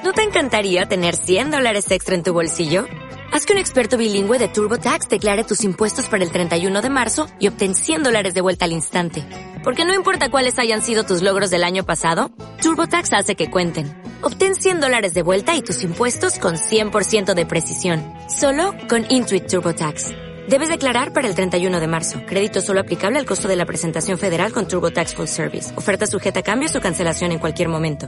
¿No te encantaría tener $100 extra en tu bolsillo? Haz que un experto bilingüe de TurboTax declare tus impuestos para el 31 de marzo y obtén $100 de vuelta al instante. Porque no importa cuáles hayan sido tus logros del año pasado, TurboTax hace que cuenten. Obtén $100 de vuelta y tus impuestos con 100% de precisión. Solo con Intuit TurboTax. Debes declarar para el 31 de marzo. Crédito solo aplicable al costo de la presentación federal con TurboTax Full Service. Oferta sujeta a cambios o cancelación en cualquier momento.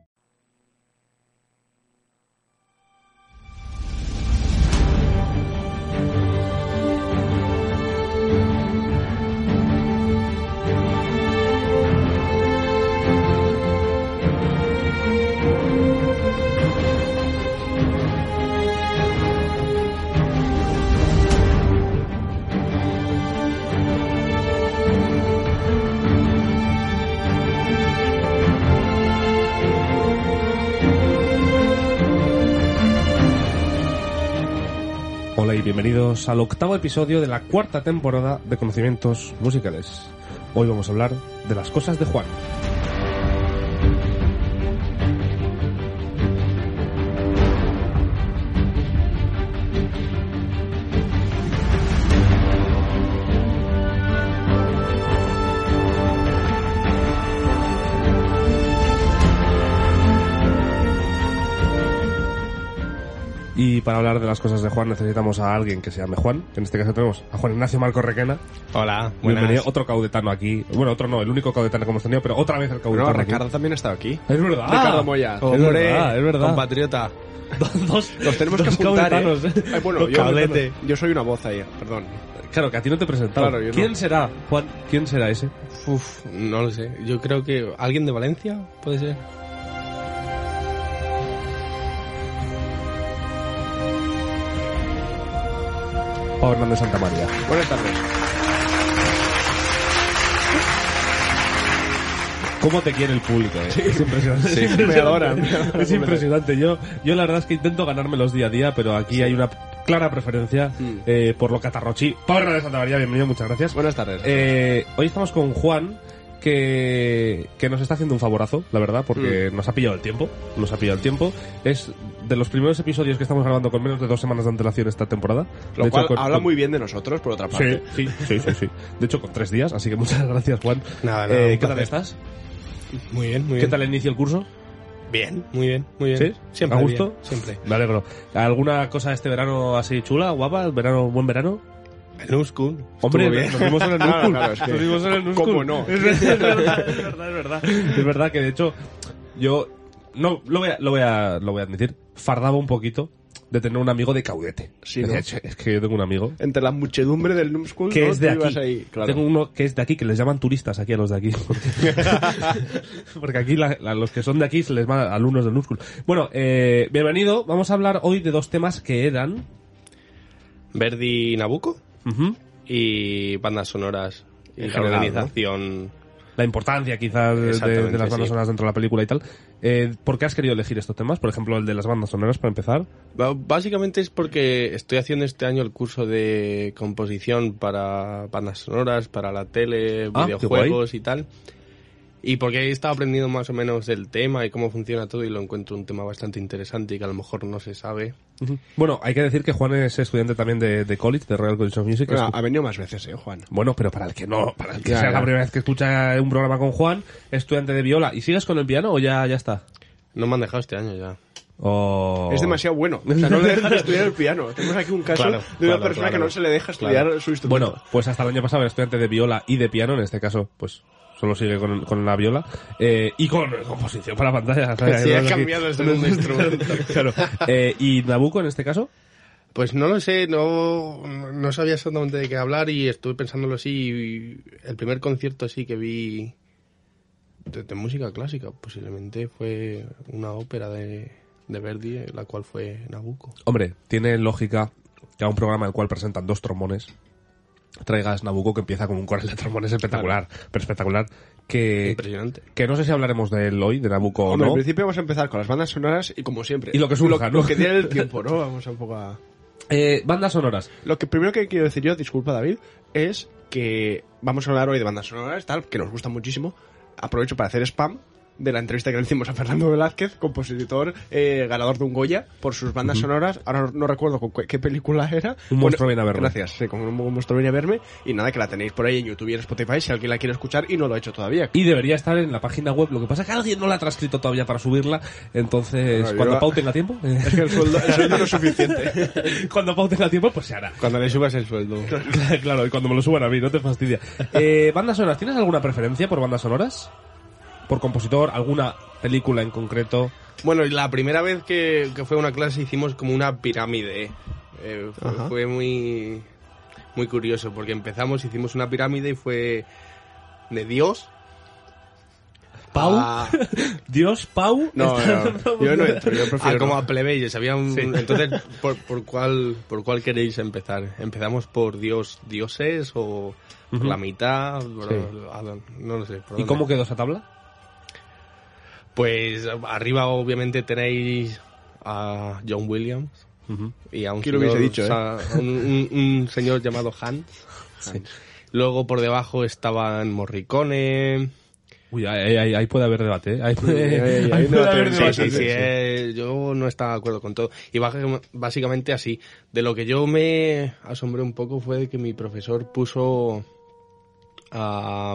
Hola y bienvenidos al 8º episodio de la 4ª temporada de Conocimientos Musicales. Hoy vamos a hablar de las cosas de Juan. Y para hablar de las cosas de Juan necesitamos a alguien que se llame Juan. En este caso tenemos a Juan Ignacio Marco Requena. Hola, bienvenido. Otro caudetano aquí. Bueno, otro no, el único caudetano que hemos tenido, pero otra vez el caudetano. No, Ricardo también ha estado aquí. Es verdad. Ricardo Moya. Es verdad. Compatriota. Los tenemos que juntar, caudetanos, Ay, bueno, yo soy una voz ahí, perdón. Claro, que a ti no te he presentado. Claro, ¿Quién será, Juan? ¿Quién será ese? No lo sé. Yo creo que alguien de Valencia, puede ser. Pablo Hernández Santa María. Buenas tardes. ¿Cómo te quiere el público? Sí. Es impresionante. Sí, me adoran. Es impresionante. Yo la verdad es que intento ganármelos día a día, pero aquí hay una clara preferencia por lo catarrochí. Pablo Hernández Santa María, bienvenido, muchas gracias. Buenas tardes. Hoy estamos con Juan, que nos está haciendo un favorazo, la verdad, porque nos ha pillado el tiempo. Es de los primeros episodios que estamos grabando con menos de 2 semanas de antelación esta temporada. Lo cual habla muy bien de nosotros, por otra parte. Sí. De hecho, con 3 días, así que muchas gracias, Juan. Nada, ¿Qué tal estás? Muy bien. ¿Qué tal inicia el curso? Bien, muy bien. ¿Sí? Siempre. ¿A gusto? Bien, siempre. Me alegro. ¿Alguna cosa este verano así chula, guapa? ¿Buen verano? El New School. Hombre, nos vimos en el New School. Claro, es que... Nos vimos en el New School. ¿Cómo no? Es verdad. Es verdad que, de hecho, yo no lo voy a admitir, fardaba un poquito de tener un amigo de Caudete. Sí, ¿no? Es que yo tengo un amigo Entre la muchedumbre del New School, que ¿no? es de Tú ibas aquí. ahí, claro. Tengo uno que es de aquí, que les llaman turistas aquí a los de aquí. Porque aquí los que son de aquí se les llaman alumnos del New School. Bueno, bienvenido. Vamos a hablar hoy de 2 temas que eran Verdi y Nabucco. Uh-huh. Y bandas sonoras. Y En la general, organización. la importancia quizás de las bandas sonoras dentro de la película y tal. ¿Por qué has querido elegir estos temas? Por ejemplo, el de las bandas sonoras, para empezar. Básicamente es porque estoy haciendo este año el curso de composición para bandas sonoras, para la tele, videojuegos y tal. Y porque he estado aprendiendo más o menos del tema y cómo funciona todo, y lo encuentro un tema bastante interesante y que a lo mejor no se sabe. Uh-huh. Bueno, hay que decir que Juan es estudiante también de college, de Royal College of Music. Bueno, ha venido más veces, Juan. Bueno, pero para el que Ya, sea la primera vez que escucha un programa con Juan, estudiante de viola. ¿Y sigues con el piano o ya está? No me han dejado este año ya. Oh. Es demasiado bueno. O sea, no le dejan estudiar el piano. Tenemos aquí un caso de una persona que no se le deja estudiar su instrumento. Bueno, pues hasta el año pasado era estudiante de viola y de piano. En este caso, pues solo sigue con la viola y con composición para pantalla. ¿Sabes? Sí, ha cambiado este mundo de instrumentos. Claro. ¿Y Nabucco en este caso? Pues no lo sé, no sabía exactamente de qué hablar y estuve pensándolo así. Y el primer concierto así que vi de música clásica posiblemente fue una ópera de Verdi, la cual fue Nabucco. Hombre, tiene lógica que a un programa en el cual presentan 2 trombones traigas Nabucco, que empieza con un coral de trombones espectacular, pero espectacular, que impresionante. Que no sé si hablaremos de él hoy, de Nabucco o no. En principio vamos a empezar con las bandas sonoras y como siempre. Y lo que surja, ¿no? Lo que tiene el tiempo, ¿no? Vamos a un poco a... bandas sonoras. Lo que primero que quiero decir yo, disculpa David, es que vamos a hablar hoy de bandas sonoras, tal, que nos gustan muchísimo. Aprovecho para hacer spam. de la entrevista que le hicimos a Fernando Velázquez, compositor, ganador de un Goya por sus bandas sonoras. Ahora no recuerdo con qué película era. Un monstruo viene a verme. Gracias, sí, con un monstruo viene a verme. Y nada, que la tenéis por ahí en YouTube y en Spotify si alguien la quiere escuchar y no lo ha hecho todavía. Y debería estar en la página web. Lo que pasa es que alguien no la ha transcrito todavía para subirla. Entonces, Bueno, cuando Pau tenga tiempo... Es que el sueldo no es suficiente. Cuando Pau tenga tiempo, pues se hará. Cuando le subas el sueldo. Claro, y cuando me lo suban a mí, no te fastidia. ¿Bandas sonoras? ¿Tienes alguna preferencia por bandas sonoras? ¿Por compositor? ¿Alguna película en concreto? Bueno, la primera vez que fue a una clase hicimos como una pirámide. Fue muy, muy curioso, porque hicimos una pirámide y fue de Dios. ¿Pau? ¿Dios, Pau? No, yo no entro, yo prefiero... como a plebeyos, había un... Sí. Entonces, ¿por cuál queréis empezar? ¿Empezamos por dioses o por la mitad? No lo sé. ¿Y cómo quedó esa tabla? Pues arriba obviamente tenéis a John Williams y a un ¿Quién lo hubiese dicho, un señor llamado Hans. Sí. Luego por debajo estaban Morricone... Uy, ahí puede haber debate, ¿eh? Ahí puede haber debate. Sí, yo no estaba de acuerdo con todo. Y básicamente así. De lo que yo me asombré un poco fue de que mi profesor puso a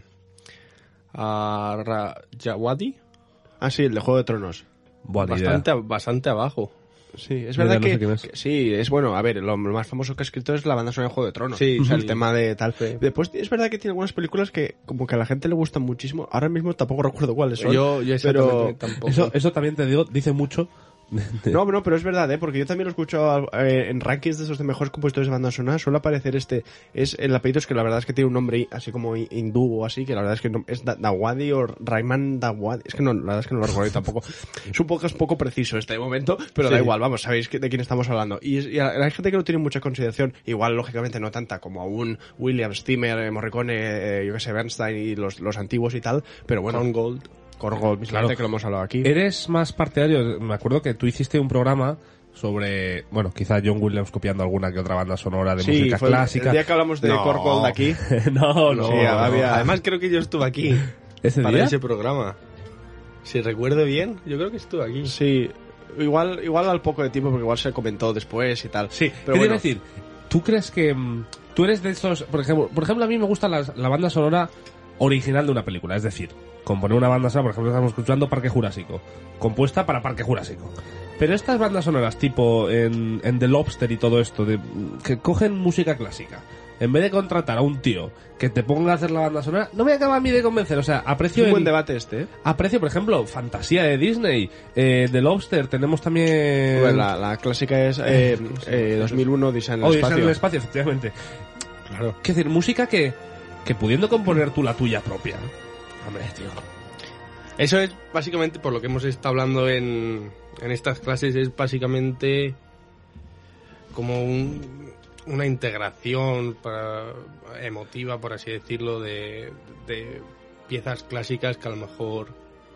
Rajawadi. Ah, sí, el de Juego de Tronos. Bastante abajo. Sí, es verdad que sí, es bueno. A ver, lo más famoso que ha escrito es la banda sonora de Juego de Tronos. Sí, o sea, el tema de tal. Sí. Después es verdad que tiene algunas películas que como que a la gente le gustan muchísimo. Ahora mismo tampoco recuerdo cuáles son. Yo pero tampoco. Eso también te digo, dice mucho. No, pero es verdad, porque yo también lo escucho en rankings de esos de mejores compositores de banda sonora. Suele aparecer es el apellido, es que la verdad es que tiene un nombre así como hindú o así, que la verdad es que no, es Dawadi o Rayman Dawadi. Es que no, la verdad es que no lo recuerdo tampoco. Es un poco preciso este momento, pero da igual, vamos, sabéis de quién estamos hablando. Y hay gente que no tiene mucha consideración, igual lógicamente no tanta como a un Williams, Zimmer, Morricone, yo que sé, Bernstein y los antiguos y tal, pero bueno. Korngold, claro, que lo hemos hablado aquí. Eres más partidario, me acuerdo que tú hiciste un programa sobre, bueno, quizá John Williams copiando alguna que otra banda sonora de música clásica. El día que hablamos de Korngold aquí. No. Sí, además creo que yo estuve aquí. Para ese programa. Si recuerdo bien, yo creo que estuve aquí. Sí, igual al poco de tiempo, porque igual se comentó después y tal. Sí, pero quiero decir, ¿tú crees que tú eres de esos, por ejemplo a mí me gusta la banda sonora original de una película, es decir, componer una banda sonora, por ejemplo, estamos escuchando Parque Jurásico, compuesta para Parque Jurásico. Pero estas bandas sonoras tipo en The Lobster y todo esto, que cogen música clásica, en vez de contratar a un tío que te ponga a hacer la banda sonora, no me acaba a mí de convencer. O sea, aprecio... Es un buen debate este, ¿eh? Aprecio, por ejemplo, Fantasía de Disney, The Lobster, tenemos también... Bueno, la clásica es 2001, Odisea en el espacio. Odisea en el espacio, efectivamente. Claro. Es decir, música que pudiendo componer tú la tuya propia... Hombre, tío. Eso es básicamente por lo que hemos estado hablando en estas clases, es básicamente como una integración emotiva, por así decirlo, de piezas clásicas que a lo mejor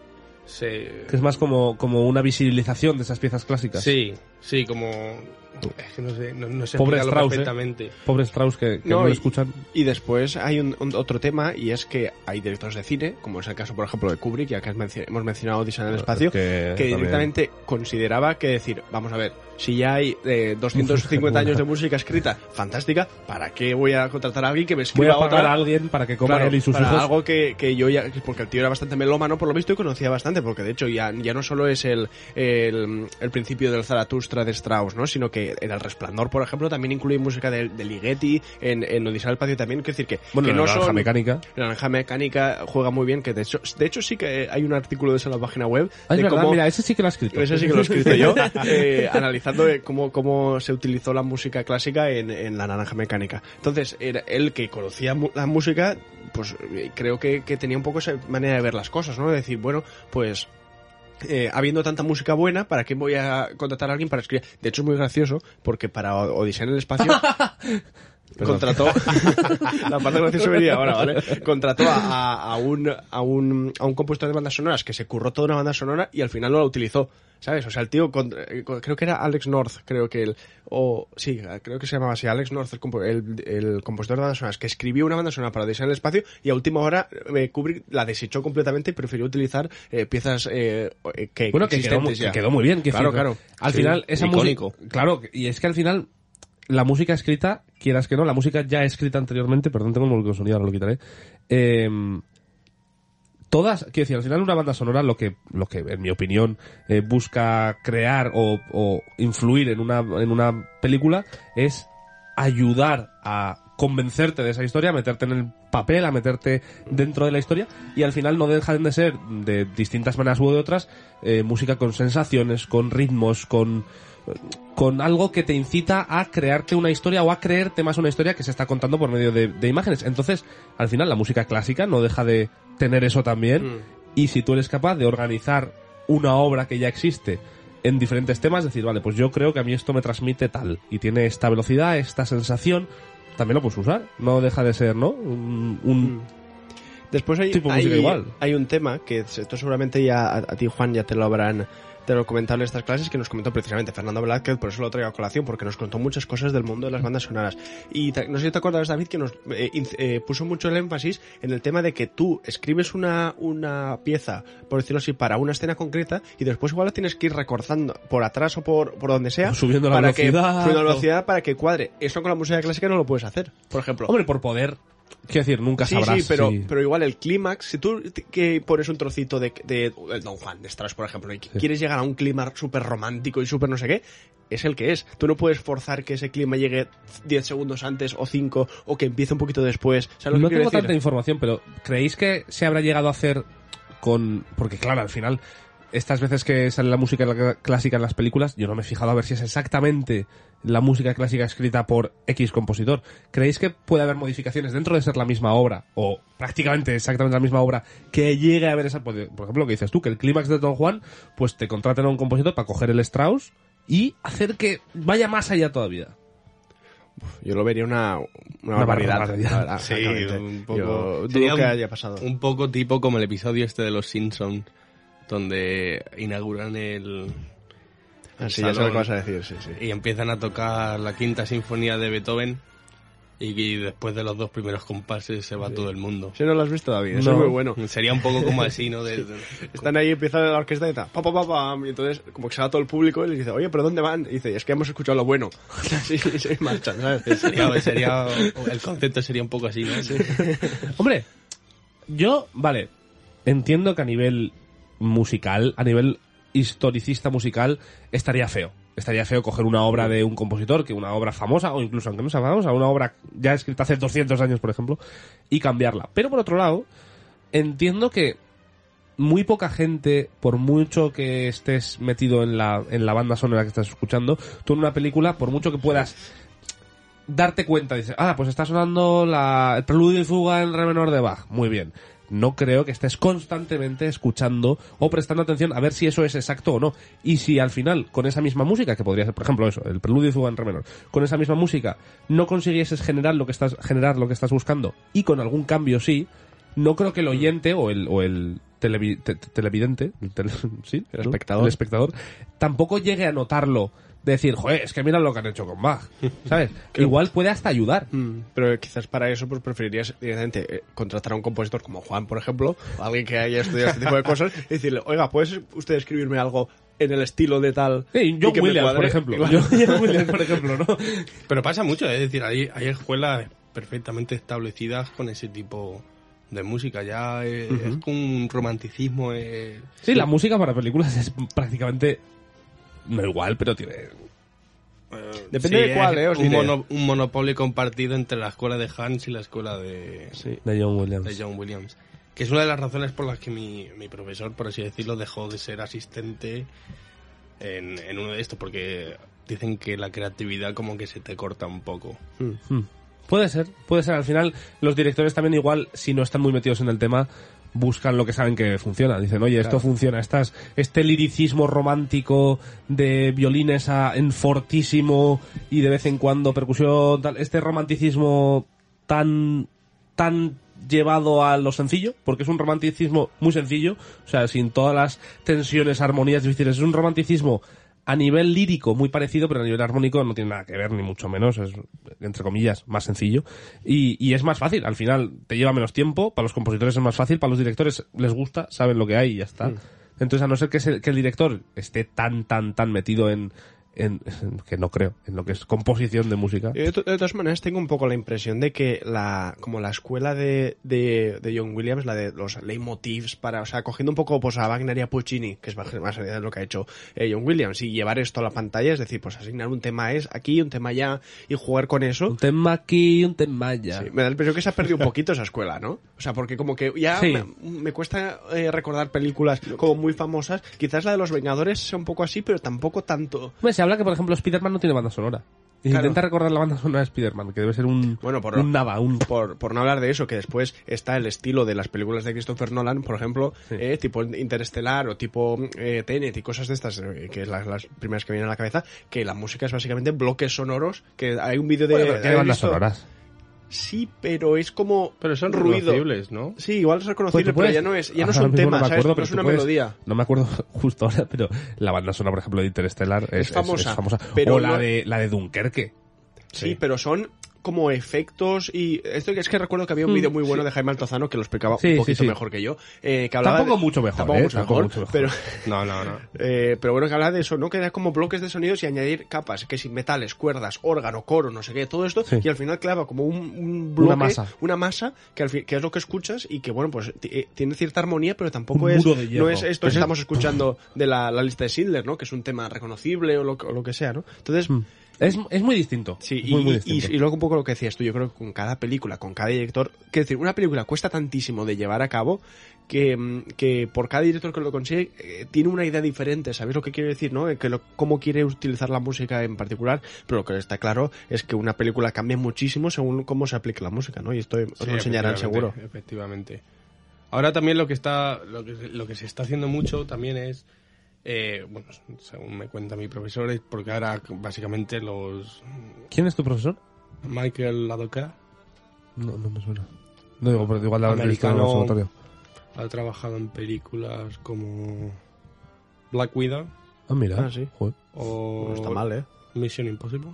que es más como una visibilización de esas piezas clásicas. Sí, como... Es que no sé pobre Strauss, perfectamente. Pobre Strauss que no lo escuchan. Y después hay otro tema, y es que hay directores de cine, como es el caso, por ejemplo, de Kubrick, ya que hemos mencionado Odisea en el espacio, que directamente consideraba que decir, vamos a ver, si ya hay 250 años de música escrita fantástica, ¿para qué voy a contratar a alguien que me escriba voy a pagar a alguien para que coma él y sus hijos? Algo que yo ya... Porque el tío era bastante melómano, por lo visto, y conocía bastante, porque de hecho ya no solo es el principio del Zaratustra de Strauss, ¿no? Sino que en El Resplandor, por ejemplo, también incluye música de Ligeti, en Odisea del espacio también, quiero decir que... Bueno, que la Naranja Mecánica. La Naranja Mecánica juega muy bien, que de hecho sí que hay un artículo de eso en la página web. Es verdad, mira, ese sí que lo he escrito. Ese sí que lo he escrito yo, analizando cómo se utilizó la música clásica en La Naranja Mecánica. Entonces, él que conocía la música, pues creo que tenía un poco esa manera de ver las cosas, ¿no? De decir, bueno, pues... habiendo tanta música buena, ¿para qué voy a contratar a alguien para escribir? De hecho es muy gracioso, porque para Odisea en el espacio contrató la parte graciosa venía ahora, ¿vale? Contrató a un compositor de bandas sonoras que se curró toda una banda sonora y al final no la utilizó, ¿sabes? O sea, el tío, creo que era Alex North, creo que creo que se llamaba así, Alex North, el compositor de bandas sonoras, que escribió una banda sonora para Odisea en el espacio y a última hora Kubrick la desechó completamente y prefirió utilizar piezas que existentes ya. Que quedó muy bien. Claro. Al final, esa icónico. música... Claro, y es que al final... La música escrita, quieras que no, la música ya escrita anteriormente, perdón, tengo el sonido, ahora lo quitaré. Todas, quiero decir, al final una banda sonora lo que en mi opinión busca crear o influir en una película es ayudar a convencerte de esa historia, a meterte en el papel, a meterte dentro de la historia, y al final no dejan de ser, de distintas maneras u de otras, música con sensaciones, con ritmos, con algo que te incita a crearte una historia o a creerte más una historia que se está contando por medio de imágenes. Entonces, al final, la música clásica no deja de tener eso también. Y si tú eres capaz de organizar una obra que ya existe en diferentes temas, decir, vale, pues yo creo que a mí esto me transmite tal, y tiene esta velocidad, esta sensación, también lo puedes usar. No deja de ser, ¿no? Después tipo de música igual. Hay un tema que esto seguramente ya a ti, Juan, ya te lo comentado en estas clases, que nos comentó precisamente Fernando Velázquez, por eso lo traigo a colación, porque nos contó muchas cosas del mundo de las bandas sonoras. Y no sé si te acuerdas, David, que nos puso mucho el énfasis en el tema de que tú escribes una pieza, por decirlo así, para una escena concreta, y después igual la tienes que ir recortando por atrás o por donde sea, subiendo la velocidad para que cuadre. Eso con la música clásica no lo puedes hacer, por ejemplo. Hombre, por poder. Quiero decir, nunca sabrás. Sí, pero igual el clímax, si tú que pones un trocito de el Don Juan de Strauss, por ejemplo, y quieres llegar a un clima súper romántico y súper no sé qué, es el que es. Tú no puedes forzar que ese clima llegue 10 segundos antes o 5 o que empiece un poquito después. ¿Sabes lo que quiero decir? Tanta información, pero ¿creéis que se habrá llegado a hacer porque claro, al final, estas veces que sale la música clásica en las películas, yo no me he fijado a ver si es exactamente la música clásica escrita por X compositor. ¿Creéis que puede haber modificaciones dentro de ser la misma obra, o prácticamente exactamente la misma obra, que llegue a haber esa... Por ejemplo, lo que dices tú, que el clímax de Don Juan, pues te contraten a un compositor para coger el Strauss y hacer que vaya más allá todavía? Yo lo vería una barbaridad. Sí, un poco... Yo dudo que haya pasado. Un poco tipo como el episodio este de Los Simpsons, donde inauguran el sí, ya sé lo que vas a decir, sí. Y empiezan a tocar la quinta sinfonía de Beethoven y después de los 2 primeros compases se va todo el mundo. Si no lo has visto, David, eso es muy bueno. Sería un poco como así, ¿no? Están ahí, empieza la orquesta y tal, y entonces como que se va todo el público y les dice, oye, ¿pero dónde van? Y dice, es que hemos escuchado lo bueno. Sí, se marchan, ¿sabes? El concepto sería un poco así, ¿no? Sí. Hombre, yo, entiendo que a nivel musical, a nivel historicista musical, estaría feo. Estaría feo coger una obra de un compositor, que una obra famosa, o incluso aunque no sea famosa, una obra ya escrita hace 200 años, por ejemplo, y cambiarla. Pero por otro lado, entiendo que muy poca gente, por mucho que estés metido en la banda sonora que estás escuchando, tú en una película, por mucho que puedas darte cuenta, dices, pues está sonando el preludio y fuga en re menor de Bach. Muy bien. No creo que estés constantemente escuchando o prestando atención a ver si eso es exacto o no. Y si al final, con esa misma música, que podría ser, por ejemplo, eso, el preludio y fuga en re menor, con esa misma música no consiguieses generar lo que estás buscando, y con algún cambio sí, no creo que el oyente o el televidente, el espectador, tampoco llegue a notarlo, de decir, joder, es que mira lo que han hecho con Bach, ¿sabes? Igual puede hasta ayudar. Pero quizás para eso pues preferirías directamente contratar a un compositor como Juan, por ejemplo, o alguien que haya estudiado este tipo de cosas, y decirle, oiga, ¿puedes usted escribirme algo en el estilo de tal? John Williams, por ejemplo. John Williams, por ejemplo, ¿no? Pero pasa mucho, es decir, hay escuelas perfectamente establecidas con ese tipo de música, ya es un romanticismo. Sí, la música para películas es prácticamente... No igual, pero tiene... Depende de cuál, un monopolio compartido entre la escuela de Hans y la escuela de John Williams. Que es una de las razones por las que mi profesor, por así decirlo, dejó de ser asistente en uno de estos, porque dicen que la creatividad como que se te corta un poco. Puede ser. Al final, los directores también igual, si no están muy metidos en el tema, buscan lo que saben que funciona. Dicen, oye, esto funciona, este liricismo romántico de violines en fortísimo y de vez en cuando percusión, tal, este romanticismo tan llevado a lo sencillo, porque es un romanticismo muy sencillo, o sea, sin todas las tensiones, armonías difíciles, es un romanticismo a nivel lírico muy parecido, pero a nivel armónico no tiene nada que ver, ni mucho menos, es, entre comillas, más sencillo. Y es más fácil, al final te lleva menos tiempo, para los compositores es más fácil, para los directores les gusta, saben lo que hay y ya está. Entonces, a no ser que el director esté tan metido en que no creo, en lo que es composición de música. Yo de todas maneras tengo un poco la impresión de que como la escuela de John Williams, la de los leitmotivs o sea, cogiendo un poco pues a Wagner y a Puccini, que es más allá de lo que ha hecho John Williams, y llevar esto a la pantalla, es decir, pues asignar un tema aquí, un tema allá, y jugar con eso. Un tema aquí, un tema allá. Sí, me da la impresión que se ha perdido un poquito esa escuela, ¿no? O sea, porque como que ya me cuesta recordar películas como muy famosas. Quizás la de Los Vengadores sea un poco así, pero tampoco tanto. Pues se habla que, por ejemplo, Spider-Man no tiene banda sonora. Y claro. Intenta recordar la banda sonora de Spider-Man, que debe ser un nada. Por no hablar de eso, que después está el estilo de las películas de Christopher Nolan, por ejemplo, tipo Interestelar o tipo Tenet y cosas de estas, que es las primeras que vienen a la cabeza, que la música es básicamente bloques sonoros, que hay un vídeo de... Bueno, ¿tiene bandas sonoras? Sí, pero es como pero son ruido, reconocibles, ¿no? Sí, igual es reconocible, pero ya no es un tema, ¿sabes? No es una melodía. No me acuerdo justo ahora, pero la banda sonora, por ejemplo, de Interstellar es famosa. Pero o la de Dunkerque. Sí, pero son como efectos y esto es que recuerdo que había un vídeo muy bueno de Jaime Altozano que lo explicaba un poquito mejor que yo, que hablaba tampoco mucho mejor, pero no. Pero bueno, que hablaba de eso, ¿no? Que era como bloques de sonidos y añadir capas, que si metales, cuerdas, órgano, coro, no sé qué, todo esto, y al final clava como un bloque, una masa que es lo que escuchas y que bueno, pues tiene cierta armonía, pero tampoco no es esto que estamos escuchando de la lista de Schindler, ¿no? Que es un tema reconocible o lo que sea, ¿no? Entonces es muy distinto. Sí, muy distinto. Y luego un poco lo que decías tú, yo creo que con cada película, con cada director, quiero decir, una película cuesta tantísimo de llevar a cabo que por cada director que lo consigue tiene una idea diferente, ¿sabes lo que quiero decir, no? Cómo quiere utilizar la música en particular, pero lo que está claro es que una película cambia muchísimo según cómo se aplique la música, ¿no? Y esto os lo enseñarán seguro. Efectivamente. Ahora también lo que se está haciendo mucho también es bueno, según me cuenta mi profesor, es porque ahora básicamente ¿Quién es tu profesor? Michael Ladoca. No me suena. No digo, pero igual la habré visto en el observatorio. Ha trabajado en películas como Black Widow. Ah, mira. Sí. Joder. No está mal, Misión Imposible.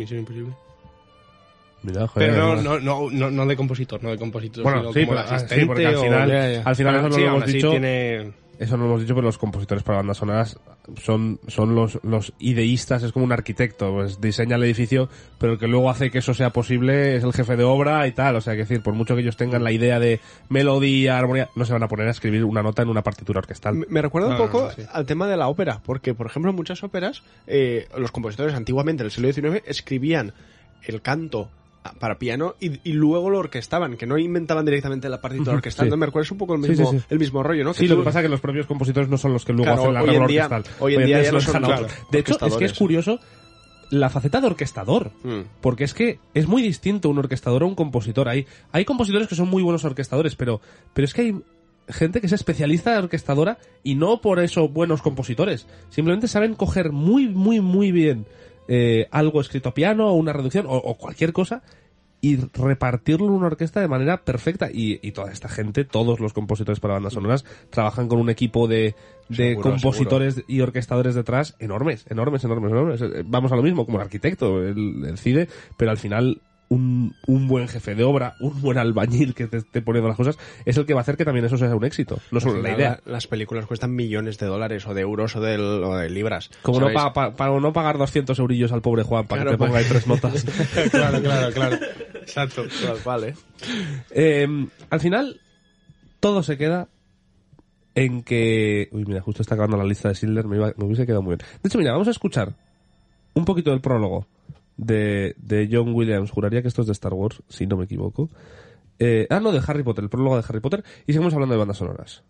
Mira, joder, pero no de compositor, bueno, sino sí, como pero, asistente. Porque al final eso no lo hemos dicho. Eso no lo hemos dicho, pero los compositores para bandas sonoras son los ideístas, es como un arquitecto, pues diseña el edificio, pero el que luego hace que eso sea posible es el jefe de obra y tal, o sea, que decir, por mucho que ellos tengan la idea de melodía, armonía, no se van a poner a escribir una nota en una partitura orquestal. Me recuerda un poco al tema de la ópera, porque, por ejemplo, en muchas óperas, los compositores antiguamente, en el siglo XIX, escribían el canto para piano y luego lo orquestaban, que no inventaban directamente la partitura orquestal. ¿No? Me recuerda un poco el mismo rollo, ¿no? Sí, lo que pasa es que los propios compositores no son los que luego hacen la regla orquestal. Hoy en día ya no son De hecho, es que es curioso la faceta de orquestador, porque es que es muy distinto un orquestador a un compositor. Hay compositores que son muy buenos orquestadores, pero es que hay gente que es especialista de orquestadora y no por eso buenos compositores. Simplemente saben coger muy, muy, muy bien algo escrito a piano o una reducción o cualquier cosa y repartirlo en una orquesta de manera perfecta y toda esta gente, todos los compositores para bandas sonoras trabajan con un equipo de compositores y orquestadores detrás enormes. Vamos a lo mismo, como el arquitecto, el CIDE, pero al final un buen jefe de obra, un buen albañil que te esté poniendo las cosas, es el que va a hacer que también eso sea un éxito. No solo la idea. Las películas cuestan millones de dólares o de euros o de libras. Como no para no pagar 200 eurillos al pobre Juan para que te ponga ahí 3 notas. Claro. Exacto. Vale. Al final, todo se queda en que... Uy, mira, justo está acabando la lista de Schindler, me hubiese quedado muy bien. De hecho, mira, vamos a escuchar un poquito del prólogo de John Williams, juraría que esto es de Star Wars, si no me equivoco. No, de Harry Potter, el prólogo de Harry Potter, y seguimos hablando de bandas sonoras.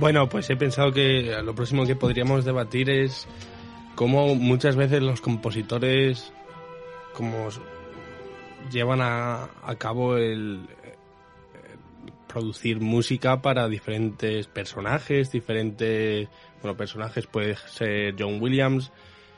Bueno, pues he pensado que lo próximo que podríamos debatir es cómo muchas veces los compositores como llevan a cabo el producir música para diferentes personajes, personajes puede ser John Williams,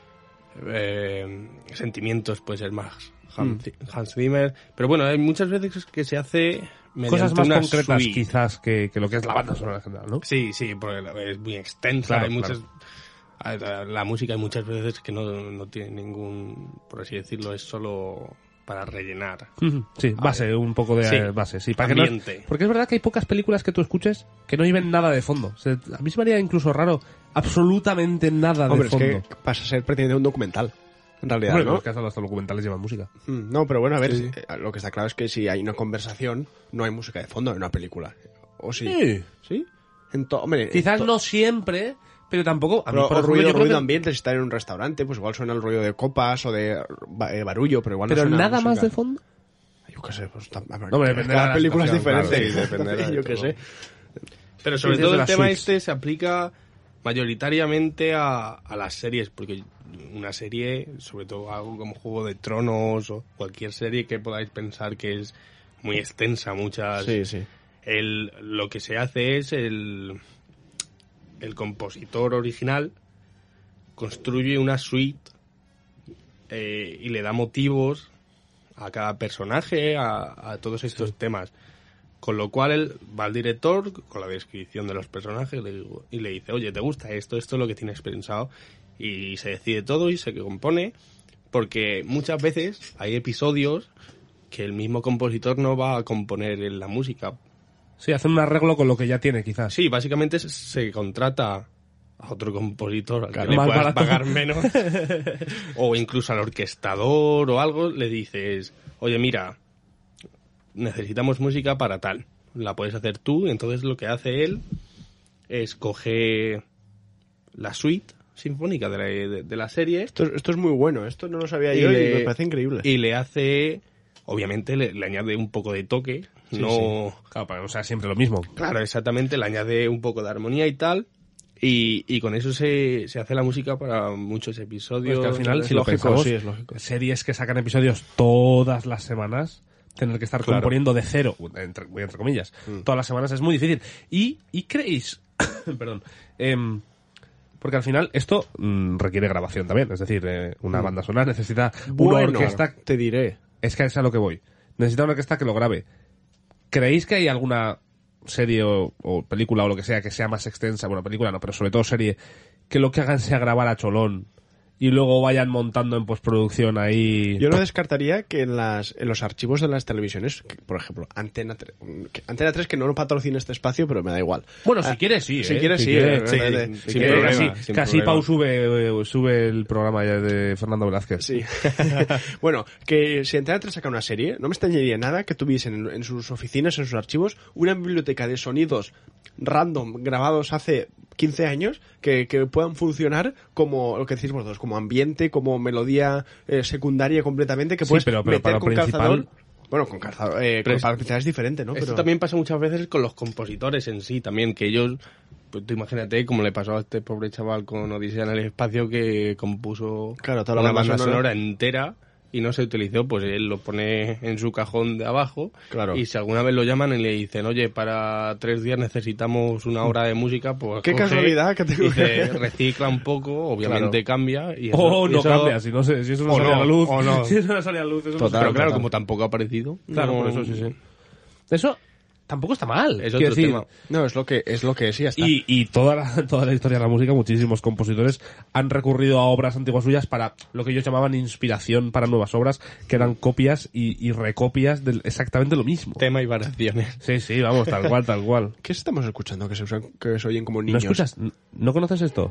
Sentimientos puede ser más Hans Zimmer, pero bueno, hay muchas veces que se hace mediante cosas más una concretas suite. quizás que lo que es la banda sonora en general, ¿no? Sí, porque es muy extensa, Claro, hay muchas... La música hay muchas veces que no tiene ningún, por así decirlo, es solo para rellenar. Sí, base, un poco de base, sí. Para ambiente. Que no, porque es verdad que hay pocas películas que tú escuches que no lleven nada de fondo. O sea, a mí se me haría incluso raro absolutamente nada de fondo. Es que pasa a ser prácticamente un documental, en realidad, Bueno, ¿no? es que hasta los documentales llevan música. No, pero bueno, a ver, Sí. lo que está claro es que si hay una conversación, no hay música de fondo en una película. ¿O sí? ¿Sí? Hombre, Quizás no siempre, pero tampoco... A mí, Pero, por o ejemplo, ruido, yo creo ruido que- ambiente, si está en un restaurante, pues igual suena el ruido de copas o de barullo, pero igual Pero no suena nada música. más de fondo. Yo qué sé, pues hombre, depende de cada la película es situación, diferente. claro, sí, dependerá de Yo qué todo. sé. Pero sobre Sí, todo desde el las tema suites. se aplica mayoritariamente a las series, porque una serie, sobre todo algo como Juego de Tronos o cualquier serie que podáis pensar que es muy extensa, muchas... Sí, sí. Lo que se hace es el compositor original construye una suite y le da motivos a cada personaje, a todos estos temas. Con lo cual él va al director con la descripción de los personajes y le dice, oye, ¿te gusta esto? Esto es lo que tienes pensado. Y se decide todo y se compone, porque muchas veces hay episodios que el mismo compositor no va a componer en la música. Sí, hacen un arreglo con lo que ya tiene, quizás. Sí, básicamente se contrata a otro compositor al Claro, que le más puedas barato. pagar menos, o incluso al orquestador o algo, le dices, oye, mira, necesitamos música para tal, la puedes hacer tú. Entonces lo que hace él es coger la suite sinfónica de la serie Esto es muy bueno, esto no lo sabía y yo y le- me parece increíble. y le hace, obviamente le añade un poco de toque, no... Claro, para que no sea siempre lo mismo. Claro, exactamente, le añade un poco de armonía y tal, y con eso se hace la música para muchos episodios. Pues que al final, es si lo lógico, pensamos, sí, es lógico. series que sacan episodios todas las semanas, tener que estar Claro. componiendo de cero, muy entre comillas, todas las semanas es muy difícil. Y creéis, perdón, porque al final esto requiere grabación también, es decir, una banda sonora necesita una Bueno, orquesta. te diré. Es que es a lo que voy. Necesita una orquesta que lo grabe. ¿Creéis que hay alguna serie o película o lo que sea más extensa, bueno, película no, pero sobre todo serie, que lo que hagan sea grabar a cholón y luego vayan montando en postproducción ahí? Yo no descartaría que en los archivos de las televisiones, por ejemplo, Antena 3, que no patrocina este espacio, pero me da igual. Bueno, si quieres sí, Si ¿eh? quieres, sí, sin Si problema, quieres, sin casi problema. Pau sube el programa ya de Fernando Velázquez. Sí. Bueno, que si Antena 3 saca una serie, no me extrañaría nada que tuviesen en sus oficinas, en sus archivos, una biblioteca de sonidos random grabados hace 15 años que puedan funcionar como lo que decís vosotros, como ambiente, como melodía secundaria completamente, que Sí, puedes pero meter para con principal- calzador. Bueno, con calzador, Pero para principal es diferente, ¿no? Esto Pero también pasa muchas veces con los compositores en sí también, que ellos, pues tú imagínate como le pasó a este pobre chaval con Odisea en el espacio, que compuso Claro, toda la una banda banda sonora sonora entera y no se utilizó, pues él lo pone en su cajón de abajo. Claro. Y si alguna vez lo llaman y le dicen, oye, para 3 días necesitamos una hora de música, pues Qué coge, casualidad que tengo dice, recicla un poco, obviamente cambia. Y eso- O no eso- cambia, si eso no o sale a no, la luz. o no. Si eso no sale a la luz, eso no Total. Pero claro, total. como tampoco ha aparecido. Claro, no- por eso sí. Eso tampoco está mal. Es quiero otro decir. tema. no, es lo que es y ya está. Y toda la historia de la música, muchísimos compositores han recurrido a obras antiguas suyas para lo que ellos llamaban inspiración para nuevas obras, que eran copias y recopias de exactamente lo mismo. Tema y variaciones. Sí, vamos, tal cual, tal cual. ¿Qué estamos escuchando que se oyen como ¿No niños? escuchas? ¿No conoces esto?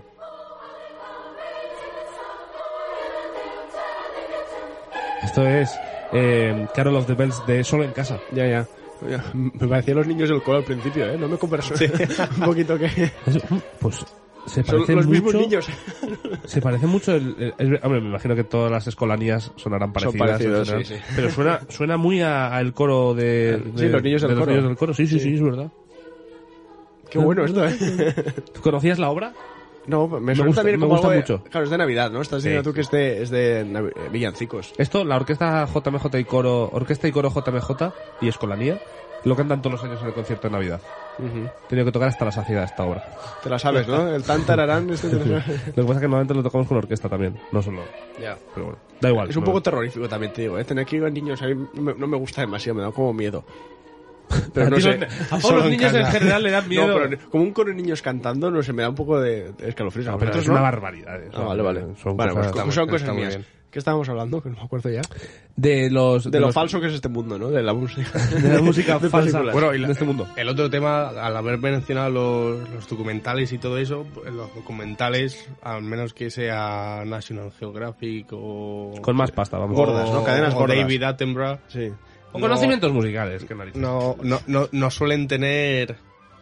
Esto es Carol of the Bells de Solo en Casa. Ya. Me parecían los niños del colo al principio, ¿eh? No me conversó un poquito que... Pues se Son parece los mismos mucho. niños. Se parece mucho hombre, me imagino que todas las escolanías sonarán Son parecidas. parecidos, en sí, general. Pero suena muy al coro de Sí, los niños del de coro. los niños del coro. Sí, es verdad. Qué bueno esto, ¿Tú conocías la obra? No, me suena gusta, también me como gusta algo mucho. Claro, es de Navidad, ¿no? Estás diciendo tú que es de villancicos. Esto, la orquesta JMJ y coro JMJ y Escolanía, lo cantan todos los años en el concierto de Navidad. He tenido que tocar hasta la saciedad esta obra. Te la sabes, ¿no? El tan tararán. Lo que pasa es que normalmente lo tocamos con orquesta también, no solo. Ya. Pero bueno, da igual. Es un poco terrorífico también, te digo, ¿eh? Tener que ir a niños a mí no me gusta demasiado, me da como miedo. Pero no sé. A todos los niños en general le dan miedo. No, pero como un coro de niños cantando, no sé, me da un poco de escalofríos. No, pero es una barbaridad. Vale. Son cosas mías. ¿Qué estábamos hablando? Que no me acuerdo ya. De lo falso que es este mundo, ¿no? De la música. De la música falsa. Bueno, y en este mundo. El otro tema, al haber mencionado los documentales y todo eso, los documentales, al menos que sea National Geographic o... Con más pasta, vamos. Gordas, ¿no? Cadenas o gordas. David Attenborough. Sí. O conocimientos musicales, que narices. No suelen tener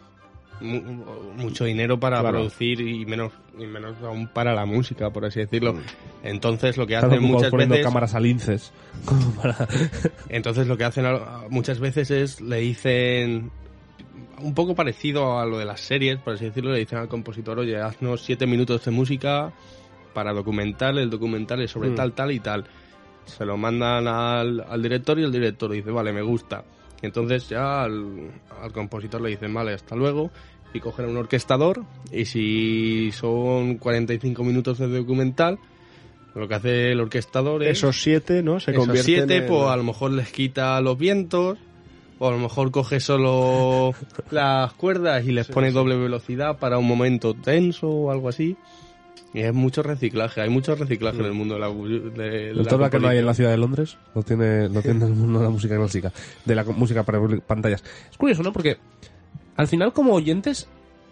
mucho dinero para producir y menos aún para la música, por así decirlo. Entonces lo que hacen muchas veces cámaras a linces. Entonces lo que hacen muchas veces es le dicen un poco parecido a lo de las series, por así decirlo, le dicen al compositor, oye, haznos 7 minutos de música para documentar, el documental es sobre tal y tal. Se lo mandan al director y el director dice, vale, me gusta. Y entonces ya al compositor le dicen, vale, hasta luego. Y cogen un orquestador y si son 45 minutos de documental, lo que hace el orquestador es... Esos 7, ¿no? Se convierten esos 7, pues a lo mejor les quita los vientos, o a lo mejor coge solo las cuerdas y les pone doble velocidad para un momento tenso o algo así. Y es mucho reciclaje, hay mucho reciclaje en el mundo de la composición. Que no hay en la ciudad de Londres, lo tiene el mundo de la música clásica, de la música para pantallas. Es curioso, ¿no? Porque al final como oyentes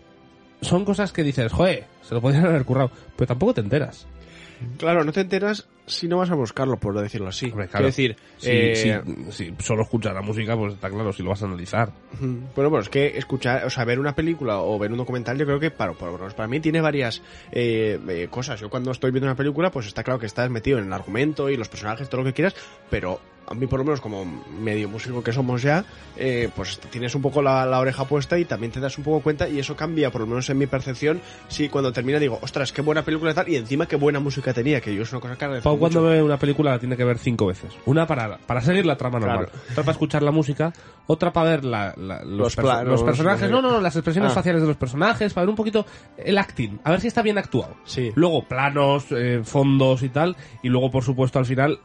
son cosas que dices, joder, se lo podrían haber currado, pero tampoco te enteras. Claro, no te enteras si no vas a buscarlo, por decirlo así. Hombre, claro. Quiero decir, si solo escuchas la música, pues está claro, si lo vas a analizar. Bueno, es que escuchar, o sea, ver una película o ver un documental, yo creo que para mí tiene varias cosas. Yo cuando estoy viendo una película, pues está claro que estás metido en el argumento y los personajes, todo lo que quieras, pero a mí por lo menos como medio músico que somos ya, pues tienes un poco la oreja puesta y también te das un poco cuenta y eso cambia, por lo menos en mi percepción, si cuando termina digo, ostras, qué buena película y tal, y encima qué buena música tenía, que yo es una cosa que agradezco mucho. Cuando ve una película la tiene que ver 5 veces. Una para seguir la trama normal, otra para escuchar la música, otra para ver los personajes, las expresiones faciales de los personajes, para ver un poquito el acting, a ver si está bien actuado. Sí. Luego planos, fondos y tal, y luego por supuesto al final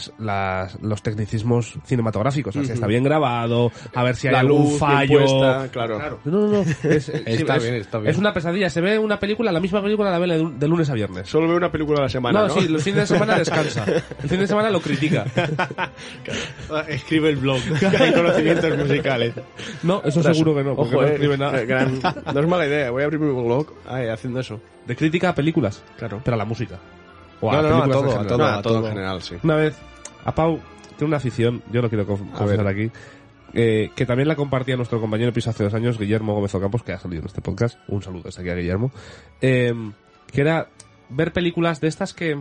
los tecnicismos cinematográficos, o sea, si está bien grabado, a ver si hay algún fallo. Puesta, claro. No. Está bien. Es una pesadilla. Se ve una película, la misma película la ve de lunes a viernes. Solo ve una película a la semana, ¿no? Sí, los fines de semana descansa. El fin de semana lo critica. Escribe el blog. Hay conocimientos musicales. No, eso seguro que no, porque no escribe nada. No es mala idea, voy a abrir mi blog haciendo eso. De crítica a películas, claro, pero a la música. O a todo en general, sí. Una vez, a Pau tiene una afición, yo lo quiero confesar aquí, que también la compartía nuestro compañero de piso hace 2 años, Guillermo Gómez Ocampos, que ha salido en este podcast. Un saludo desde aquí a Guillermo. Que era ver películas de estas que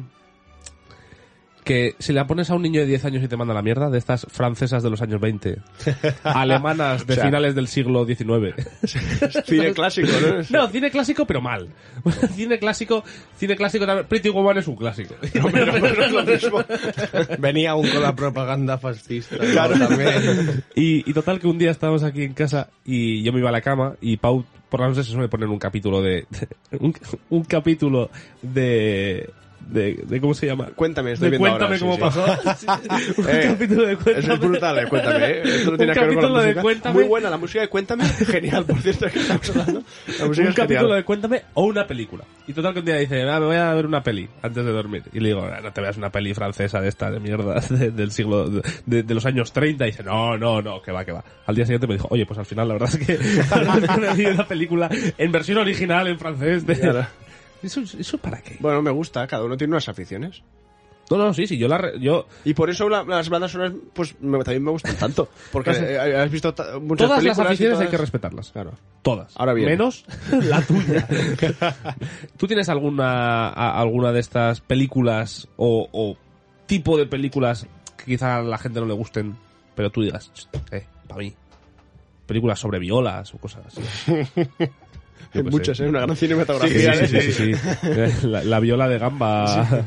si la pones a un niño de 10 años y te manda la mierda, de estas francesas de los años 20, alemanas de finales del siglo XIX. Cine clásico, ¿no? No, cine clásico, pero mal. Cine clásico también. Pretty Woman es un clásico. No es lo mismo. Venía aún con la propaganda fascista. Claro, también. Y total que un día estábamos aquí en casa y yo me iba a la cama y Pau por la noche se suele poner un capítulo un capítulo de ¿cómo se llama? Cuéntame, estoy de viendo Cuéntame ahora, cómo pasó. Un capítulo de Cuéntame. Eso es brutal, Cuéntame. Esto no tiene que ver con la música. De Cuéntame. Muy buena la música de Cuéntame. Genial, por cierto, que estamos hablando. La música un es capítulo genial. de Cuéntame o una película. Y total que un día dice, me voy a ver una peli antes de dormir. Y le digo, no te veas una peli francesa de esta de mierda del siglo de los años 30. Y dice, no, que va. Al día siguiente me dijo, oye, pues al final la verdad es que me vi una película en versión original en francés de... ¿Eso para qué? Bueno, me gusta, cada uno tiene unas aficiones. No, sí, yo... Y por eso las bandas sonoras, pues también me gustan tanto. Porque has visto muchas todas películas. Las aficiones todas... hay que respetarlas. Claro. Todas. Ahora bien. Menos la tuya. ¿Tú tienes alguna de estas películas o tipo de películas que quizá a la gente no le gusten, pero tú digas, para mí? Películas sobre violas o cosas así. Yo qué Muchas, sé. una gran cinematografía. Sí. La viola de gamba.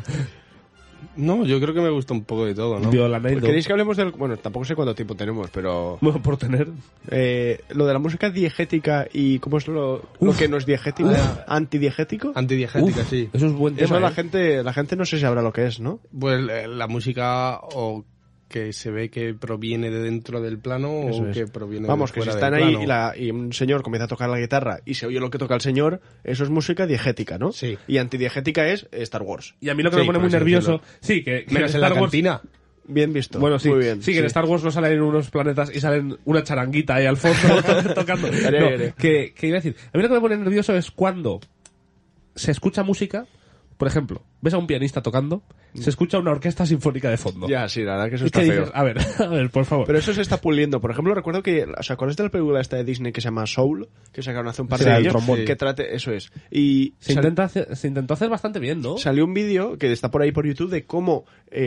No, yo creo que me gusta un poco de todo, ¿no? Viola Neido. ¿Queréis que hablemos del...? Bueno, tampoco sé cuánto tiempo tenemos, pero... Bueno, por tener. Lo de la música diegética y cómo es lo que no es diegético, antidiegético. Antidiegética, sí. Eso es buen tema. Eso la gente no sé si sabrá lo que es, ¿no? Pues la música o que se ve que proviene de dentro del plano Eso o es. que proviene Vamos, de que si fuera están del ahí plano. y un señor comienza a tocar la guitarra y se oye lo que toca el señor, eso es música diegética, ¿no? Sí. Y antidiegética es Star Wars. Y a mí lo que Sí, me pone por muy así nervioso... Sí, que Menos en en la Star Wars... cantina. Bien visto. Bueno, sí, Muy bien. sí, que en Star Wars no salen unos planetas y salen una charanguita ahí al fondo tocando. No, que iba a decir, a mí lo que me pone nervioso es cuando se escucha música, por ejemplo, ves a un pianista tocando, se escucha una orquesta sinfónica de fondo. Ya, sí, la verdad que eso ¿Y está qué feo. dices? A ver, por favor. Pero eso se está puliendo. Por ejemplo, recuerdo que... ¿Os acordáis de la película esta de Disney que se llama Soul? Que sacaron hace un par Sí, de el años. trombón. Que trate... Eso es. Y se intentó hacer bastante bien, ¿no? salió un vídeo que está por ahí por YouTube de cómo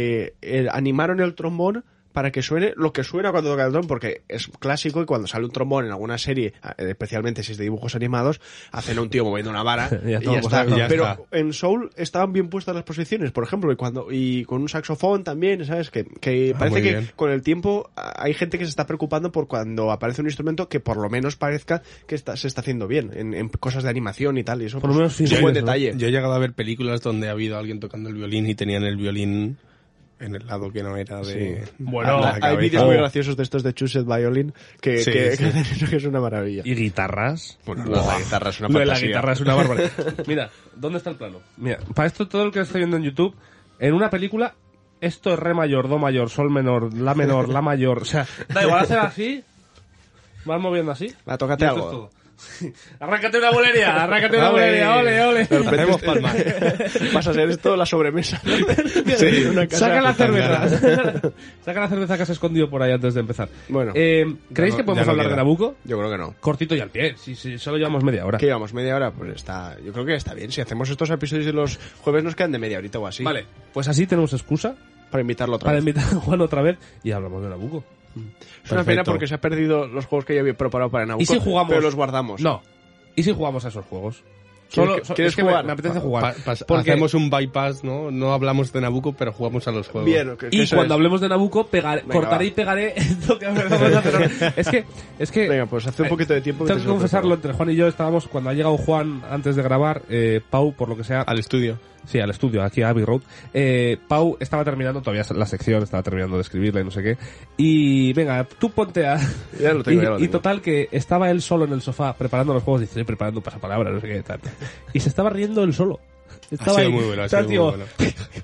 animaron el trombón para que suene lo que suena cuando toca el trombón, porque es clásico y cuando sale un trombón en alguna serie, especialmente si es de dibujos animados, hacen a un tío moviendo una vara Ya y todo, ya está. ya Pero está. en Soul estaban bien puestas las posiciones, por ejemplo, y con un saxofón también, ¿sabes? Que parece muy que bien. con el tiempo hay gente que se está preocupando por cuando aparece un instrumento que por lo menos parezca que se está haciendo bien en cosas de animación y tal, y eso Por lo menos es un buen finales, ¿no? detalle. Yo he llegado a ver películas donde ha habido alguien tocando el violín y tenían el violín en el lado que no era de... Bueno, de la Hay cabeza. vídeos muy graciosos de estos de Choosed Violin que Sí, que sí. hacen eso, que es una maravilla. Y guitarras. Bueno, la guitarra es una Lo de la fantasía. guitarra es una barbaridad. Mira, ¿dónde está el plano? Mira, para esto todo lo que estoy viendo en YouTube, en una película, esto es re mayor, do mayor, sol menor, la mayor. O sea, da igual hacer así, vas moviendo así. Va, tócate y esto es algo. todo. Arráncate una bulería, ole, ole. Hacemos palmas. Vas a ser esto la sobremesa. Sí, una casa Saca la tangana. cerveza. Saca la cerveza que has escondido por ahí antes de empezar. Bueno. ¿Creéis no- que podemos ya no hablar de queda. Nabucco? Yo creo que no. Cortito y al pie, si solo llevamos media hora. ¿Qué llevamos? ¿Media hora? Pues está... Yo creo que está bien. Si hacemos estos episodios de los jueves nos quedan de media horita o así. Vale, pues así tenemos excusa Para invitarlo otra para vez. invitar a Juan otra vez y hablamos de Nabucco. Es una pena porque se ha perdido los juegos que yo había preparado para Nabucco. ¿Y si jugamos? Pero los guardamos. No. ¿Y si jugamos a esos juegos? ¿Quieres es que jugar? Me apetece jugar. Porque hacemos un bypass, ¿no? No hablamos de Nabucco, pero jugamos a los juegos. Bien, Y cuando hablemos de Nabucco, Venga, cortaré va. y pegaré esto que vamos a hacer ahora. Es que Venga, pues hace un poquito de tiempo tengo te que lo confesarlo, preparo. entre Juan y yo estábamos, cuando ha llegado Juan antes de grabar, Pau, por lo que sea, Al estudio. sí, al estudio, aquí a Abbey Road, Pau estaba terminando todavía la sección, estaba terminando de escribirla y no sé qué, y venga, tú ponte a... Ya lo tengo, y, ya lo y tengo. total que estaba él solo en el sofá preparando los juegos, dice, estoy preparando un pasapalabra, no sé qué, tal. Y se estaba riendo él solo. Estaba Ha sido ahí, muy bueno, ha estaba, sido muy tío,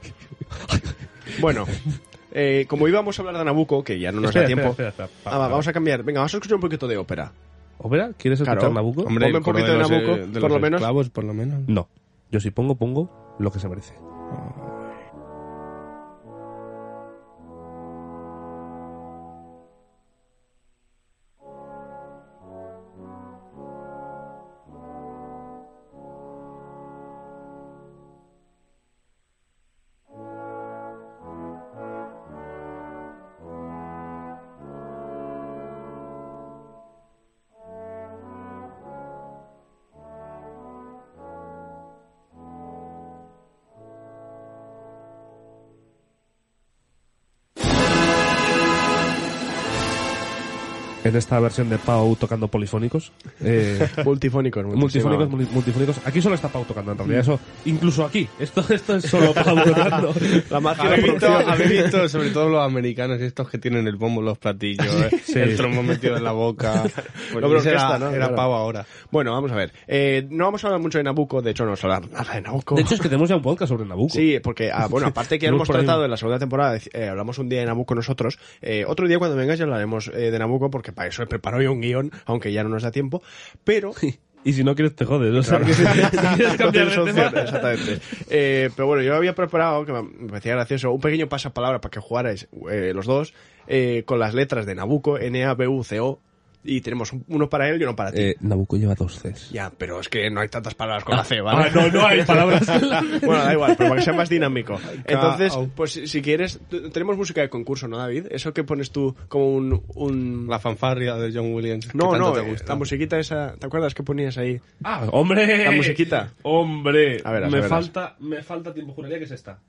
bueno. Bueno, como íbamos a hablar de Nabucco, que ya no nos da Espera, tiempo... espera. Vamos a cambiar. Venga, vamos a escuchar un poquito de ópera. ¿Ópera? ¿Quieres escuchar Claro. Nabucco? Hombre, Ponme el un poquito coro de los, Nabucco, de por los lo menos. esclavos, por lo menos. No. Yo si pongo lo que se merece. En esta versión de Pau tocando polifónicos. Multifónicos. Multifónicos. Aquí solo está Pau tocando, en realidad. Eso, incluso aquí. Esto es solo Pau tocando. La magia de la ¿Habéis visto, producción. habéis visto, sobre todo los americanos, estos que tienen el bombo en los platillos, el trombo metido en la boca? Pues Lo de ese orquesta, era, ¿no? era Claro. Pau ahora. Bueno, vamos a ver. No vamos a hablar mucho de Nabucco. De hecho, no vamos a hablar nada de Nabucco. De hecho, es que tenemos ya un podcast sobre Nabucco. Sí, porque, bueno, aparte que ya lo hemos Por ahí. tratado en la segunda temporada, hablamos un día de Nabucco nosotros, otro día cuando vengas ya hablaremos de Nabucco, porque para eso he preparado yo un guión, aunque ya no nos da tiempo, pero... Y si no quieres, te jodes. O sea, que si quieres No cambiar tienes de tema. opción, exactamente. Pero bueno, yo había preparado, que me parecía gracioso, un pequeño pasapalabra para que jugarais los dos, con las letras de Nabucco, N-A-B-U-C-O, Y tenemos uno para él y uno para ti. Nabucco lleva 2 Cs. Ya, pero es que no hay tantas palabras con la C, ¿vale? No hay palabras. Bueno, da igual, pero para que sea más dinámico. Entonces, pues si quieres, tenemos música de concurso, ¿no, David? Eso que pones tú como un... La fanfarria de John Williams. No, que tanto no, te gusta. la musiquita esa, ¿te acuerdas que ponías ahí? ¡Hombre! La musiquita. ¡Hombre! A ver, me falta tiempo, juraría que es esta.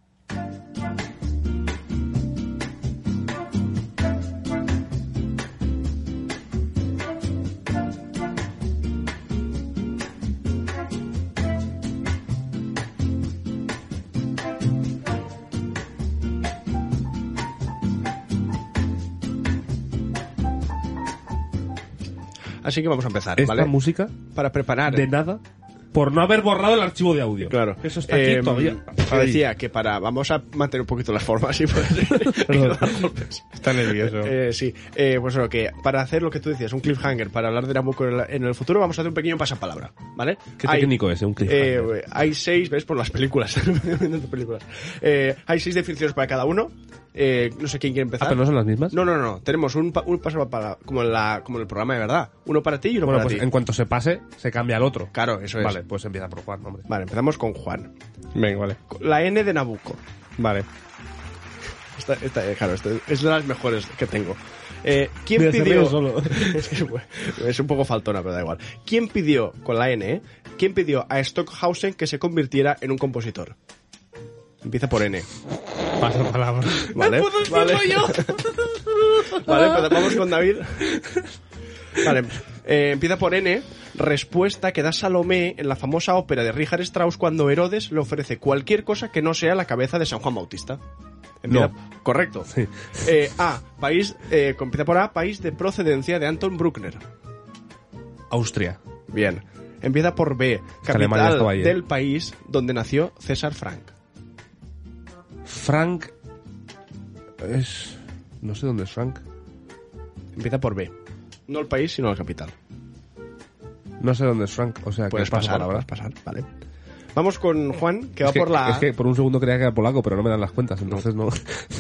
Así que vamos a empezar, Esta ¿vale? música, Para preparar... de nada, por no haber borrado el archivo de audio. Claro. Eso está aquí todavía. Ahí. Decía que vamos a mantener un poquito las formas, ¿sí? Está nervioso. Sí. Pues lo que, para hacer lo que tú decías, un cliffhanger, para hablar de Nabucco en el futuro, vamos a hacer un pequeño pasapalabra, ¿vale? ¿Qué técnico es, un cliffhanger? Hay 6, ¿ves? Por las películas. Hay 6 definiciones para cada uno. No sé quién quiere empezar. ¿Pero no son las mismas? No. Tenemos un pasapalabra, como en el programa de verdad. Uno para ti y uno para pues ti. en cuanto se pase, se cambia al otro. Claro, eso es. Vale, pues empieza por Juan, hombre. Vale, empezamos con Juan. Venga, vale. La N de Nabucco. Vale. Claro, esta es de las mejores que tengo. ¿Quién Mira, se pidió? ríe solo. Es un poco faltona, pero da igual. ¿Quién pidió, con la N, quién pidió a Stockhausen que se convirtiera en un compositor? Empieza por N. Paso palabra. Vale. Vale, pues vamos con David. Vale. Empieza por N. Respuesta que da Salomé en la famosa ópera de Richard Strauss cuando Herodes le ofrece cualquier cosa que no sea la cabeza de San Juan Bautista. No. Correcto. Sí. Empieza por A, país de procedencia de Anton Bruckner. Austria. Bien. Empieza por B, Alemania capital estaba ahí, del país donde nació César Frank. Frank es... No sé dónde es Frank. Empieza por B. No el país, sino la capital. No sé dónde es Frank, o sea, Puedes que paso pasar, palabra. puedes pasar, vale. Vamos con Juan, que va Es que, por la A. Es que por un segundo creía que era polaco, pero no me dan las cuentas, entonces no.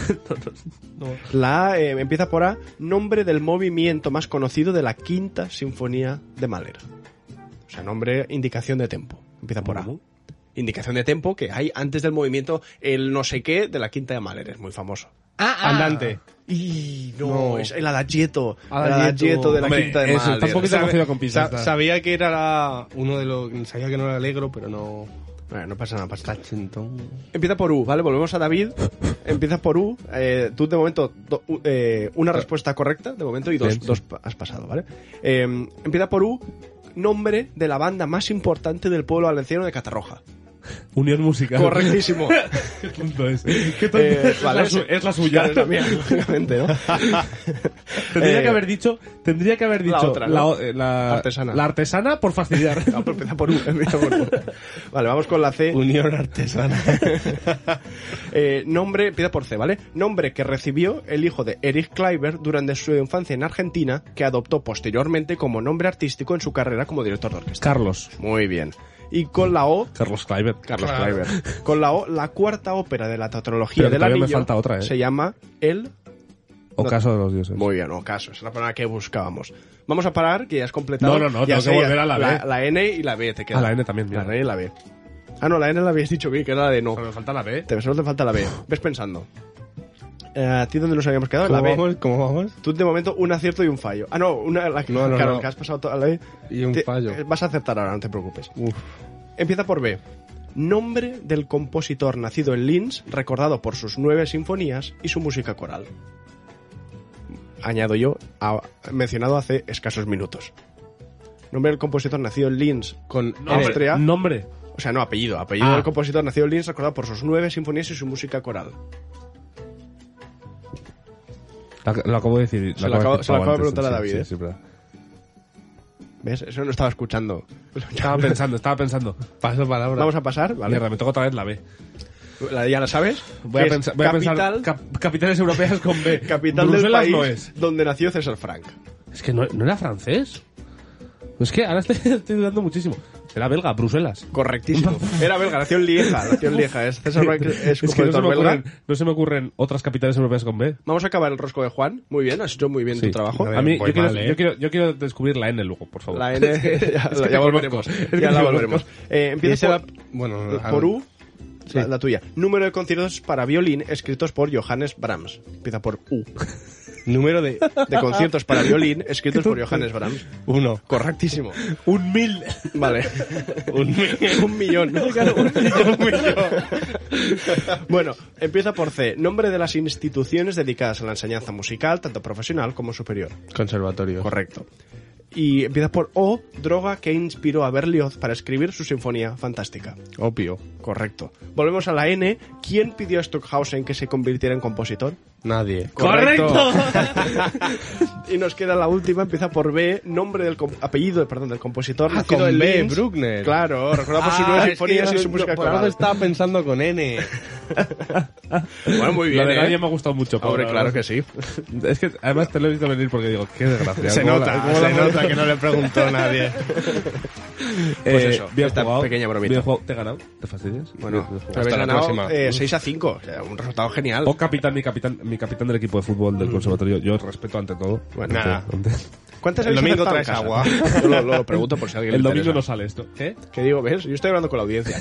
La A empieza por A, nombre del movimiento más conocido de la Quinta Sinfonía de Mahler. O sea, nombre, indicación de tempo. Empieza por A. Indicación de tempo que hay antes del movimiento, el no sé qué de la Quinta de Mahler. Es muy famoso. Andante. Y no, es el adagietto. El Adagietto. adagietto de la Hombre, Quinta de eso, Mahler. está un poquito cogido con pinzas. Sabía que era uno de los... Sabía que no era alegro, pero no... Bueno, no pasa nada, pasa nada. Cachentón. Empieza por U, ¿vale? Volvemos a David. Empieza por U. Tú, de momento, una respuesta correcta, de momento, y dos has pasado, ¿vale? Empieza por U, nombre de la banda más importante del pueblo valenciano de Catarroja. Unión musical. Correctísimo. ¿Qué tonto es? ¿Qué tonto? Vale, es la suya. Es la mía, lógicamente, ¿no? Tendría que haber dicho la otra, ¿no? la Artesana. La artesana por fastidiar. No, pero empieza por U. Empieza por U. Vale, vamos con la C. Unión artesana. Nombre, empieza por C, ¿vale? Nombre que recibió el hijo de Erich Kleiber durante su infancia en Argentina, que adoptó posteriormente como nombre artístico en su carrera como director de orquesta. Carlos. Muy bien. Y con la O... Carlos Kleiber. Kleiber. Con la O, la cuarta ópera de la tetralogía Pero del todavía me Anillo falta otra, ¿eh? se llama El... Ocaso de los dioses. Muy bien, Ocaso. Es la palabra que buscábamos. Vamos a parar, que ya has completado. No, ya tengo que volver a la B. La N y la B te queda. Ah, la N también, La mira. N y la B. Ah, no, la N la habías dicho bien, que era la de no. Pero me falta la B. Solo te falta la B. Ves pensando. ¿A ti dónde nos habíamos quedado? La B. ¿Cómo vamos? Tú de momento un acierto y un fallo. Ah, no, claro, que has pasado toda la B. Y un fallo. Vas a acertar ahora, no te preocupes. Uf. Empieza por B. Nombre del compositor nacido en Linz, recordado por sus 9 sinfonías y su música coral. Añado yo, mencionado hace escasos minutos. Nombre del compositor nacido en Linz, con Austria. Nombre. O sea, no, apellido. Apellido del compositor nacido en Linz, recordado por sus 9 sinfonías y su música coral. Lo acabo de decir. Se lo acabo de preguntar a sí, David, sí, verdad. ¿Ves? Eso no estaba escuchando. Estaba pensando. Paso palabra. Vamos a pasar, ¿vale? Mierda, me toca otra vez la B. ¿Ya la sabes? Voy a pensar capitales europeas con B. Capital del Bruselas país no es. donde nació César Frank. Es que no era francés. Es que ahora estoy dudando muchísimo. Era belga, Bruselas. Correctísimo. Era belga, nació en Lieja. Es César Banks, es Es que compositor belga. no se me ocurren otras capitales europeas con B. Vamos a acabar el rosco de Juan. Muy bien, has hecho muy bien Sí. tu trabajo. A mí, Voy mal, yo quiero descubrir la N luego, por favor. La N, ya volveremos. que Ya te la conozco. volveremos. Empieza Bueno, por U. La tuya. Número de conciertos para violín escritos por Johannes Brahms. Empieza por U. número de De conciertos para violín escritos por Johannes Brahms. 1. Correctísimo. 1.000. Vale. Un millón. Bueno, empieza por C. Nombre de las instituciones dedicadas a la enseñanza musical, tanto profesional como superior. Conservatorio. Correcto. Y empieza por O. Droga que inspiró a Berlioz para escribir su sinfonía fantástica. Opio. Correcto. Volvemos a la N. ¿Quién pidió a Stockhausen que se convirtiera en compositor? Nadie. ¡Correcto! Y nos queda la última, empieza por B. Nombre del apellido del compositor. nacido con en B, Linz. Bruckner. Claro, recordamos sus nuevas sinfonías y su música por algo coral. estaba pensando con N. Bueno, muy bien. La de nadie me ha gustado mucho. Hombre, claro que sí. Es que además te lo he visto venir porque digo, qué desgracia. Se ¿Cómo nota, cómo se nota que no le preguntó a nadie. Pues eso, bien esta jugado, pequeña bromita. bien jugado. ¿Te he ganado? ¿Te fastidias? Bueno, Bien jugado. habéis Hasta la ganado próxima. 6-5. O sea, un resultado genial. O capitán, mi capitán del equipo de fútbol del conservatorio. Yo os respeto ante todo. Bueno, nada. ¿Cuántas El habéis domingo acertado traes en casa? agua. Yo lo pregunto por si alguien El le domingo interesa. no sale esto. ¿Qué? ¿Qué digo? ¿Ves? Yo estoy hablando con la audiencia.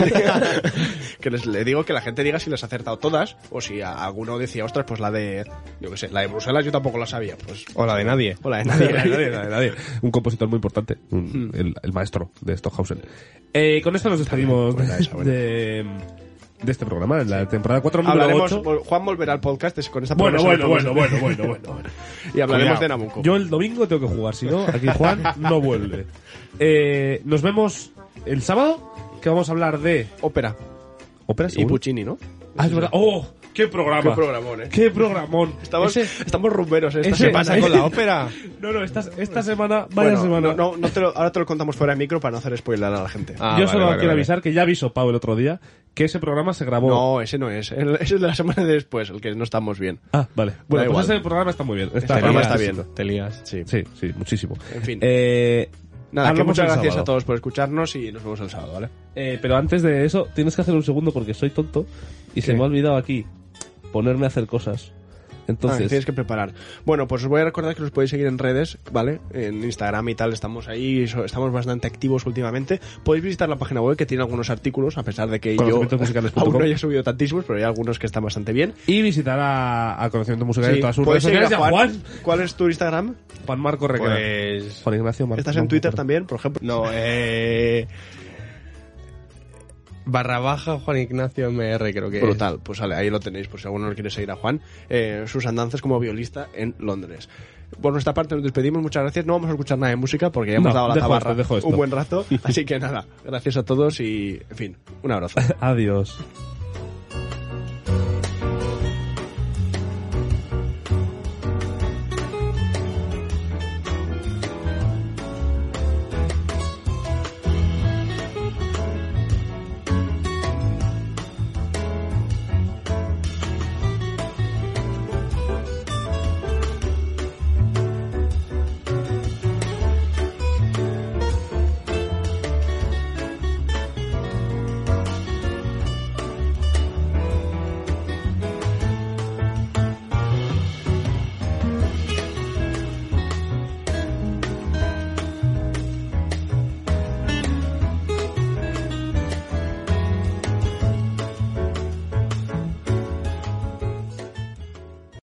Que le digo que la gente diga si les ha acertado todas o si alguno decía, ostras, pues la de, yo qué sé, la de Bruselas yo tampoco la sabía. Pues, O la de nadie. o la de nadie. Nadie. Un compositor muy importante. El maestro de Stockhausen. Con esto nos despedimos Buena esa, buena. de este programa. En la temporada 4, número Hablaremos, 8. Juan volverá al podcast con esta Bueno. promesa de y hablaremos Cuidado. de Nabucco. Yo el domingo tengo que jugar, si no, aquí Juan no vuelve. Nos vemos el sábado, que vamos a hablar de Ópera. ópera, Y seguro. Puccini, ¿no? Ah, es verdad. ¡Oh! ¡Qué programa! Qué programón, ¿eh? ¡Qué programón! Estamos rumberos esta ese- ¿Qué pasa con la ópera? No, esta semana, vaya Bueno, semana. no, ahora te lo contamos fuera de micro para no hacer spoiler a la gente. Yo solo quiero avisar que ya avisó Pau el otro día que ese programa se grabó. No, ese no es. Ese es de la semana de después, el que no estamos bien. Ah, vale. Bueno, Da pues igual. ese programa está muy bien. Este programa está bien. Te lías. Sí. Sí, muchísimo. En fin. Nada, Nada, que muchas gracias a todos por escucharnos y nos vemos el sábado, ¿vale? pero antes de eso, tienes que hacer un segundo porque soy tonto y se me ha olvidado aquí ponerme a hacer cosas. Entonces, tienes que preparar. Bueno, pues os voy a recordar que nos podéis seguir en redes, ¿vale? En Instagram y tal, estamos ahí, estamos bastante activos últimamente. Podéis visitar la página web que tiene algunos artículos, a pesar de que yo Conocimientosmusicales.com. aún no haya subido tantísimos, pero hay algunos que están bastante bien. y visitar a Conocimiento Musical en Sí, todas sus podéis redes seguir sociales. a Y a Juan. Juan. ¿Cuál es tu Instagram? Juan Marco Requena. Pues... Juan Ignacio Marco. ¿Estás en Twitter también, por ejemplo? No, /baja Juan Ignacio MR, creo que es. Brutal, pues vale, ahí lo tenéis, por si alguno no quiere seguir a Juan. Sus andanzas como violista en Londres. Por nuestra parte nos despedimos, muchas gracias. No vamos a escuchar nada de música porque ya hemos dado la tabarra dejo esto. un buen rato. Así que nada, gracias a todos y, en fin, un abrazo. Adiós.